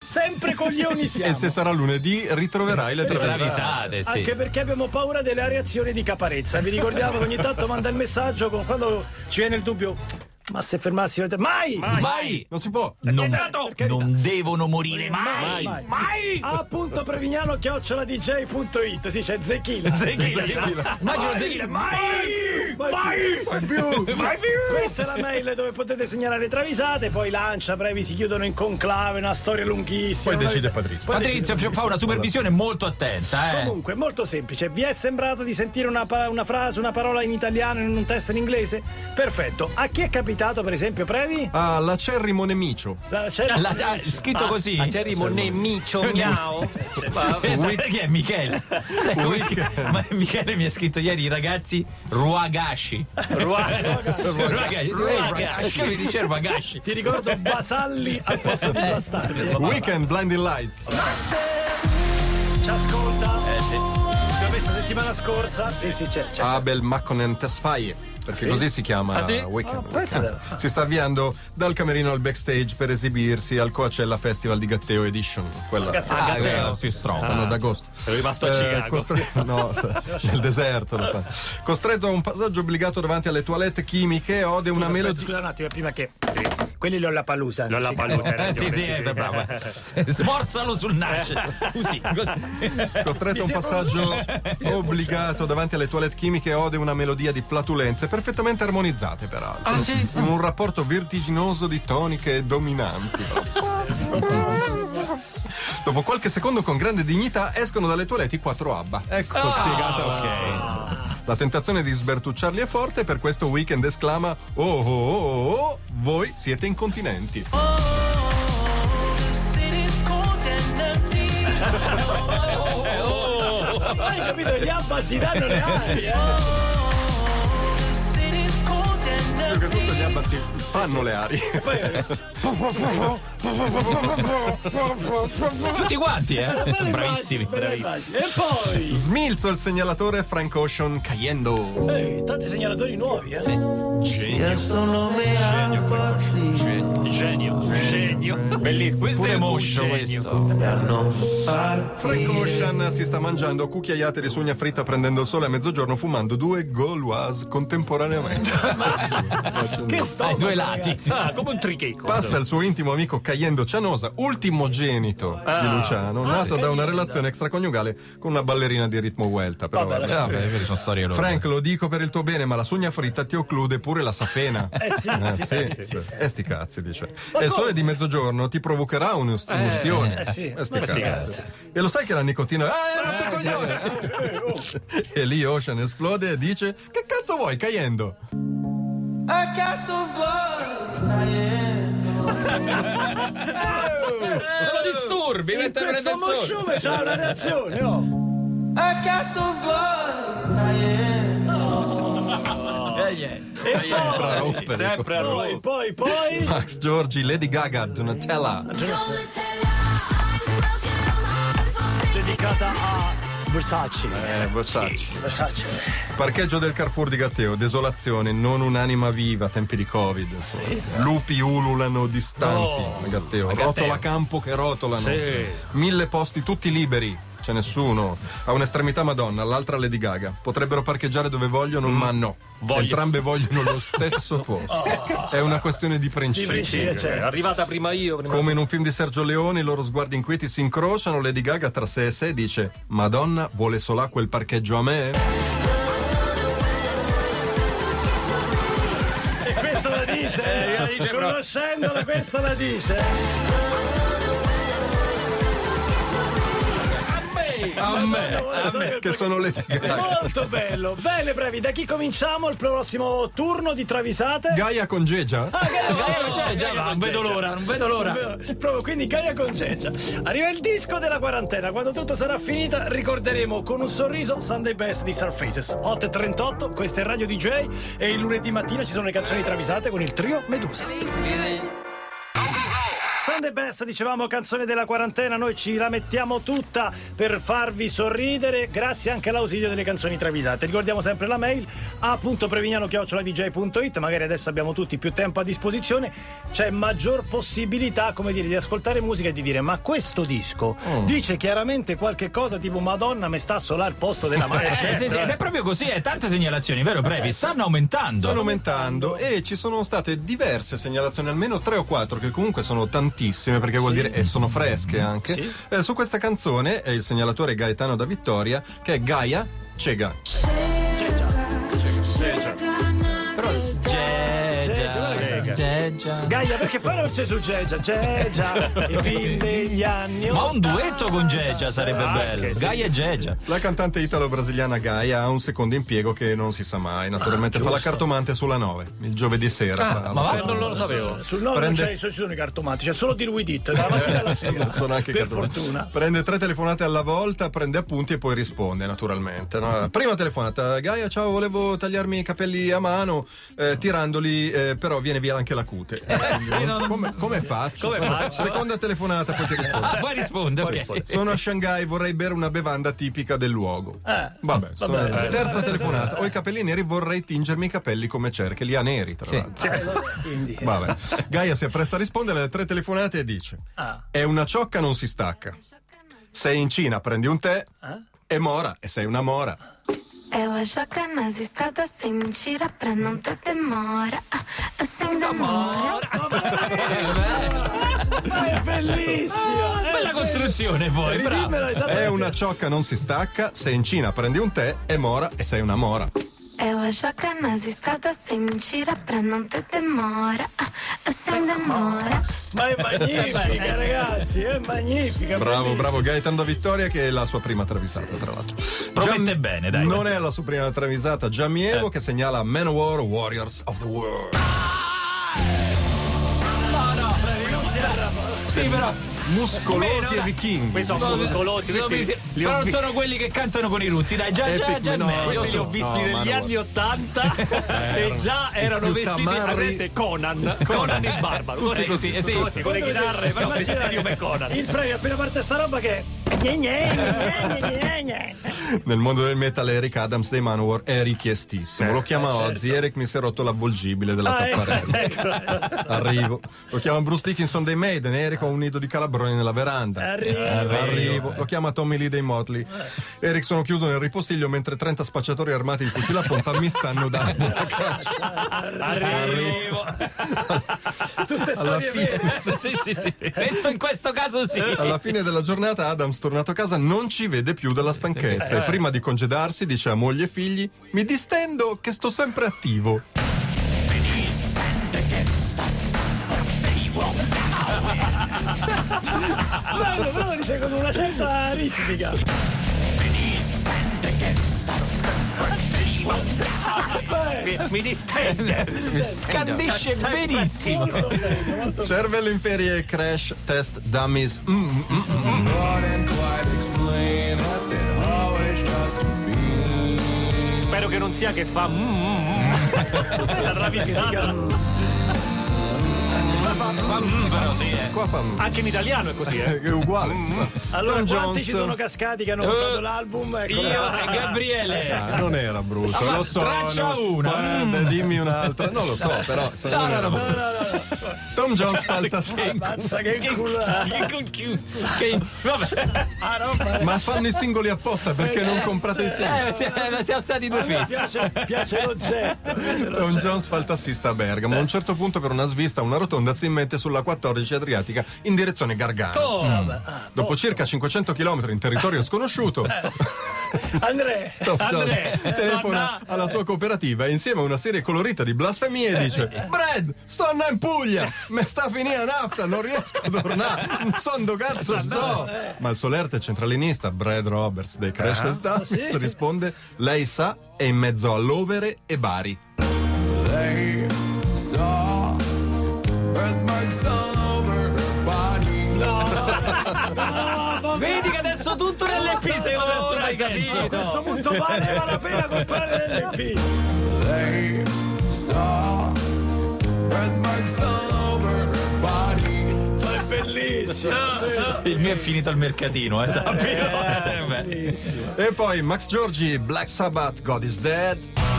sempre coglioni siamo. E se sarà lunedì ritroverai le travisate, sì. Anche perché abbiamo paura delle reazioni di Caparezza. Vi ricordiamo che ogni tanto manda il messaggio quando ci viene il dubbio. Ma se fermassi mai! Non si può. Non devono morire mai. a.prevignano@dj.it. Sì, c'è Zechila. Immagino Zechila. Mai più. Questa è la mail dove potete segnalare travisate. Poi Lancia, Previ si chiudono in conclave. Una storia lunghissima. Poi decide Patrizio. Patrizio fa una supervisione molto attenta. Comunque, molto semplice. Vi è sembrato di sentire una frase, una parola in italiano in un testo in inglese? Perfetto. A chi è capitato, per esempio, Previ? La Cerrimo Nemicio. Scritto così. La Cerimo Nemicio miao. Chi è Michele? Ma Michele mi ha scritto ieri, ragazzi, Ruagashi. Perché mi dice Ruagashi? Ti ricordo Basalli al posto di Bastardi. Weekend Blinding Lights. Ci ascolta? Sì. L'ho messa settimana scorsa. Sì, c'è. Abel Macconen Tesfaye. Perché così si chiama Weekend. Si sta avviando dal camerino al backstage per esibirsi al Coachella Festival di Gatteo Edition. Quella più strong. L'anno d'agosto. È rimasto a Chicago. Nel deserto lo fa. Costretto a un passaggio obbligato davanti alle toilette chimiche, ode una melodia. Scusa un attimo, prima che quelli Lollapalooza. Sì, bravo. Smorzalo sul naso. Così. Costretto a un passaggio obbligato davanti alle toilette chimiche, ode una melodia di flatulenze perfettamente armonizzate, peraltro. In un rapporto vertiginoso di toniche e dominanti. Dopo qualche secondo, con grande dignità, escono dalle toilette i 4 ABBA. Ecco spiegata. La tentazione di sbertucciarli è forte, per questo Weekend esclama: oh, voi siete incontinenti. Hai capito? Gli ABBA si danno le ali, Più che tutto gli ABBA si fanno le arie. Tutti quanti, Bravissimi. E poi Smilzo il segnalatore Frank Ocean cayendo. tanti segnalatori nuovi, Genio. Bellissimo. Questo è motion, questo. Frank Ocean si sta mangiando cucchiaiate di sugna fritta prendendo il sole a mezzogiorno, fumando 2 Gauloise contemporaneamente. Che storia, due lati. Come un tricheco. Passa il suo intimo amico Cayendo Cianosa, ultimogenito di Luciano, nato da una relazione extraconiugale con una ballerina di ritmo Vuelta. Però Sono storie loro. Frank, lo dico per il tuo bene, ma la sugna fritta ti occlude pure la safena. sì. E sti cazzi, dice. E il sole di mezzogiorno ti provocherà un'ustione. Sì. Sti cazzi. E lo sai che la nicotina rotto il coglione. E lì Ocean esplode e dice: che cazzo vuoi, Cayendo? Non lo disturbi, mette una Questo canzone. mosciume c'ha una reazione, Sempre a rompere. Poi Max Giorgi, Lady Gaga, Donatella. dedicata a Versace. Versace. Parcheggio del Carrefour di Gatteo, desolazione, non un'anima viva, tempi di Covid. Lupi ululano distanti a Gatteo, rotola campo che rotolano. 1000 posti tutti liberi. C'è nessuno. A un'estremità Madonna, all'altra Lady Gaga. Potrebbero parcheggiare dove vogliono, ma no. Entrambe vogliono lo stesso posto. È una questione di principio. Arrivata prima io. Come in un film di Sergio Leone, i loro sguardi inquieti si incrociano. Lady Gaga tra sé e sé dice: Madonna, vuole solà quel parcheggio a me? E questa la dice, conoscendola, questa la dice. A me, che sono le Molto bello. Bene, Brevi, da chi cominciamo il prossimo turno di travisate? Gaia con Gegia? Non vedo l'ora. Proprio, quindi Gaia con Gegia. Arriva il disco della quarantena. Quando tutto sarà finita ricorderemo con un sorriso Sunday Best di Surfaces. 8:38, questo è Radio DJ e il lunedì mattina ci sono le canzoni travisate con il trio Medusa. Sunday Sunday Best, dicevamo, canzone della quarantena, noi ci la mettiamo tutta per farvi sorridere, grazie anche all'ausilio delle canzoni travisate. Ricordiamo sempre la mail a.prevignano@dj.it, magari adesso abbiamo tutti più tempo a disposizione, c'è maggior possibilità, come dire, di ascoltare musica e di dire ma questo disco dice chiaramente qualche cosa tipo Madonna me sta solo al posto della maestra. Sì, ed è proprio così, tante segnalazioni, vero Previ? Stanno aumentando e ci sono state diverse segnalazioni, almeno 3 o 4, che comunque sono tantissime, perché vuol dire e sono fresche anche. Sì. Su questa canzone il segnalatore Gaetano da Vittoria, che è Gaia Cega. Gaia, perché fai una versione su Geggia, i film degli anni. Ma un duetto con Geggia sarebbe bello. Gaia e Geggia. La cantante italo-brasiliana Gaia ha un secondo impiego che non si sa mai. Naturalmente fa la cartomante sulla 9, il giovedì sera. Non lo sapevo. Sul 9 non ci sono i cartomanti, c'è solo di lui Dit, dalla mattina alla sera. Sono anche per cartomanti. fortuna. Prende 3 telefonate alla volta, prende appunti e poi risponde, naturalmente. No? Prima telefonata: Gaia, ciao, volevo tagliarmi i capelli a mano, tirandoli, però viene via anche la cute. Come faccio? Seconda telefonata, poi ti rispondo. Poi risponde, ok. Sono a Shanghai, vorrei bere una bevanda tipica del luogo. Terza telefonata: ho i capelli neri, vorrei tingermi i capelli come Cher, li ha neri, tra l'altro. Vabbè. Gaia si appresta a rispondere alle 3 telefonate e dice: è una ciocca, non si stacca. Sei in Cina, prendi un tè, è mora e sei una mora. È una ciocca, non si stacca, sei in Cina, prendi un tè, è mora e sei una mora. Ma è bellissimo! Bella costruzione poi, bravo. È una ciocca, non si stacca, sei in Cina, prendi un tè, è mora e sei una mora. È una ciocca, non si stacca, sei in Cina, prendi un tè, è mora e sei una mora. Ma è magnifica, ragazzi, è magnifica. Bravo Gaetano da Vittoria, che è la sua prima travisata, tra l'altro. Promette bene, dai. Non è la sua prima travisata, Giamievo, che segnala Manowar, Warriors of the World. Sì, però muscolosi e vichinghi. Questi sono muscolosi, però non sono quelli che cantano con i rutti, dai, già meglio. Io li ho visti negli anni 80 e già erano vestiti, avrete Conan il barbaro, così, con le chitarre, ma vestiti come Conan. Il Previ appena parte sta roba che nel mondo del metal Eric Adams dei Manowar è richiestissimo. Lo chiama Ozzy: Eric, mi si è rotto l'avvolgibile della tapparella. Arrivo. Lo chiama Bruce Dickinson dei Maiden: Eric, ho un nido di calabroni nella veranda. Arrivo. Lo chiama Tommy Lee dei Motley: Eric, sono chiuso nel ripostiglio mentre 30 spacciatori armati di fucile a pompa mi stanno dando la caccia. Arrivo. Tutte storie vere. Sì. In questo caso sì. Alla fine della giornata Adams, tornato a casa, non ci vede più dalla stanchezza e prima di congedarsi dice a moglie e figli: mi distendo che sto sempre attivo. Bello, però lo dice con una certa ritmica. Mi distende. Scandisce benissimo. Cervello in ferie, Crash Test Dummies. Spero che non sia che fa la ravisata. Però sì, Qua fa Anche in italiano è così, che è uguale. Allora, Tom quanti Jones ci sono cascati che hanno comprato l'album? Ecco. io e Gabriele. Non era brutto, lo so. Traccia una. Guarda, dimmi un'altra. Non lo so, però. No. Tom Jones falta. Mazza che culo. Vabbè. Ma fanno i singoli apposta perché non comprate insieme. Siamo stati due fissi. Piace l'oggetto. Tom Jones fa il tassista a Bergamo. A un certo punto, per una svista, una rotonda si mette sulla 14 Adriatica in direzione Gargano. Dopo circa 500 km in territorio sconosciuto, Andrea Tom Jones telefona alla sua cooperativa e insieme a una serie colorita di blasfemie dice: Brad, sto andando in Puglia, me sta finita nafta, non riesco a tornare, non so dove cazzo sto. Ma il solerte centralinista Brad Roberts dei Crash Test Dummies risponde: lei sa, è in mezzo all'Overe e Bari. Vedi che adesso tutto nell'EP se adesso hai capito. A questo punto valeva la pena comprare l'LP. bellissimo. Il mio è finito al mercatino, E poi Max Giorgi, Black Sabbath, God is Dead.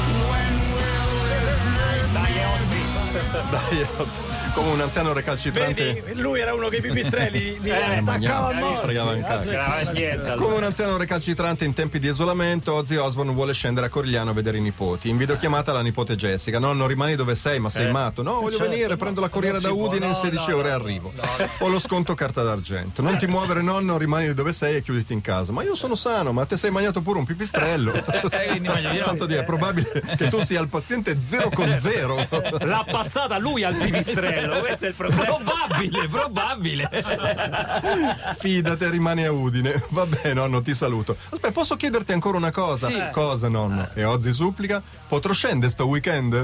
Dai, come un anziano recalcitrante. Vedi, lui era uno che i pipistrelli li staccava a morte. Come un anziano recalcitrante in tempi di isolamento, Ozzy Osbourne vuole scendere a Corigliano a vedere i nipoti. In videochiamata la nipote Jessica: nonno, rimani dove sei, ma sei matto? No, voglio venire, prendo la corriera da Udine in 16 ore e arrivo. Ho lo sconto carta d'argento. Non ti muovere, nonno, rimani dove sei e chiuditi in casa. Ma io sono sano, ma te sei mangiato pure un pipistrello. Santo Dio, è probabile che tu sia il paziente 0,0. L'ha passata lui al pipistrello, questo è il problema. Probabile. Fidate, rimani a Udine. Vabbè, nonno, ti saluto. Aspetta, posso chiederti ancora una cosa? Sì. Cosa, nonno? E Ozzy supplica: potrò scendere sto weekend?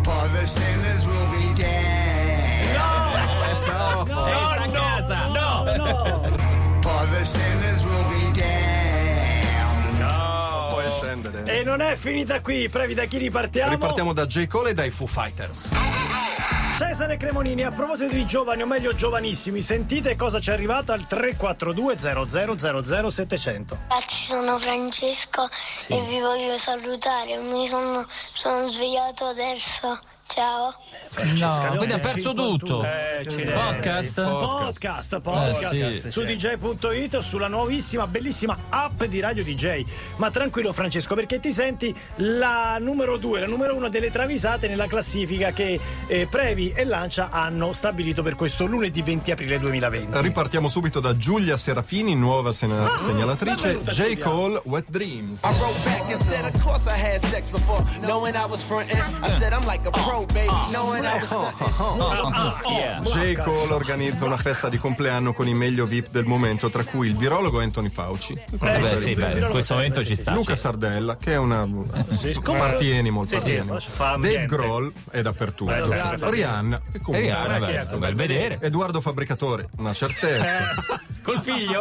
Puoi scendere. E non è finita qui, previ da chi ripartiamo? Ripartiamo da J. Cole e dai Foo Fighters. Cesare Cremonini, a proposito di giovani, o meglio giovanissimi, sentite cosa ci è arrivato al 342 00 700. Ragazzi, sono Francesco e vi voglio salutare. sono svegliato adesso. Ciao. No, quindi ha perso tutto. Podcast sì. Su DJ.it o sulla nuovissima bellissima app di Radio DJ. Ma tranquillo Francesco, perché ti senti la numero 2, la numero 1 delle travisate nella classifica che Previ e Lancia hanno stabilito per questo lunedì 20 aprile 2020. Ripartiamo subito da Giulia Serafini, nuova segnalatrice. J. Cole, Wet Dreams. I wrote back and said, of course I had sex before, knowing I was frontin'. I said I'm like a pro, baby, knowing I was J. Cole organizza una festa di compleanno con i meglio VIP del momento, tra cui il virologo Anthony Fauci, in questo momento ci sta. Luca Sardella, che è una Martieni molto Dave Grohl è dappertutto. Rihanna, che comunque un bel vedere. Edoardo Fabbricatore, una certezza. Col figlio.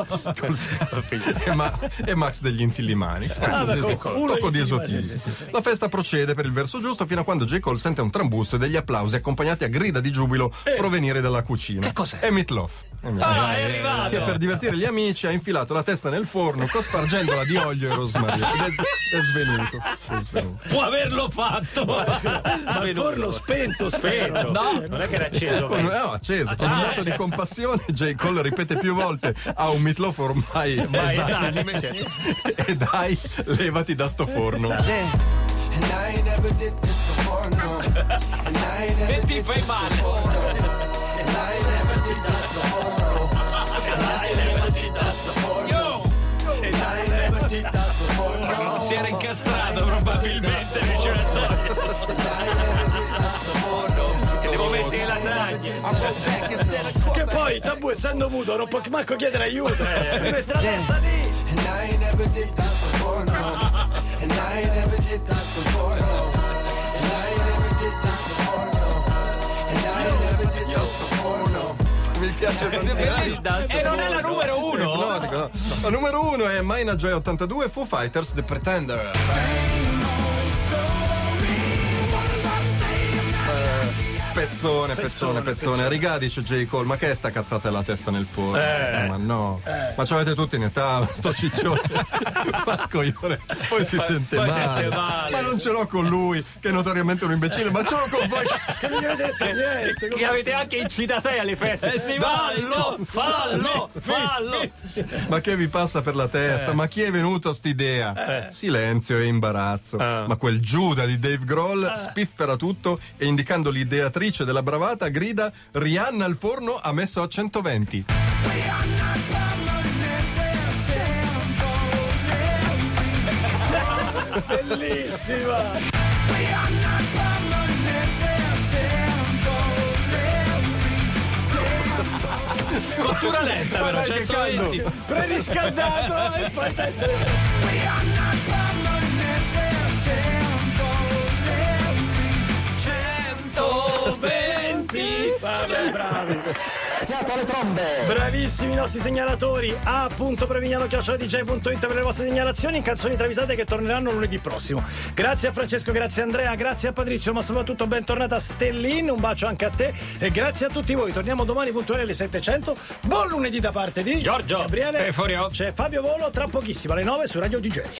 E Max degli Intillimani. Tocco di esotismo. La festa procede per il verso giusto fino a quando J. Cole sente un trambusto e degli applausi accompagnati a grida di giubilo provenire dalla cucina. Che cos'è? È Meat Loaf. È arrivato. Che per divertire gli amici ha infilato la testa nel forno cospargendola di olio e rosmarino ed è svenuto. Può averlo fatto. Dal forno spento. No, non è che era acceso. Acceso. Con un atto di compassione J. Cole ripete più volte: ha un Meat Loaf ormai esatto. E dai, levati da sto forno. E ti fai male. Si era incastrato probabilmente. Che devo mettere le lasagne. Che poi Tabù, essendo muto, non può manco chiedere aiuto. Mi mette la testa lì. Mi piace tantissimo. E non è la numero 1. No. La numero 1 è Maina Joy 82, Foo Fighters, The Pretender. Pezzone. Rigà dice J. Cole: ma che è sta cazzata la testa nel forno? Ma no. Ma ci avete tutti in età, sto ciccione. Fa il coglione. Poi si sente male. Ma non ce l'ho con lui, che è notoriamente un imbecille, ma ce l'ho con voi. Che non gli avete detto niente. Che avete anche incita 6 alle feste. Fallo. Ma che vi passa per la testa? Ma chi è venuto a st'idea? Silenzio e imbarazzo. Ma quel Giuda di Dave Grohl spiffera tutto e, indicando l'ideatrice della bravata, grida: Rihanna al forno ha messo a 120. Bellissima. Cottura lenta però, 120. Preriscaldato e poi essere. bravi. Le trombe. Bravissimi i nostri segnalatori. a.prevignano@dj.it per le vostre segnalazioni in canzoni travisate che torneranno lunedì prossimo. Grazie a Francesco, grazie a Andrea, grazie a Patrizio, ma soprattutto bentornata Stellin, un bacio anche a te e grazie a tutti voi. Torniamo domani puntuali alle 700. Buon lunedì da parte di Giorgio, Gabriele Teforio. C'è Fabio Volo tra pochissimo alle 9 su Radio DJ.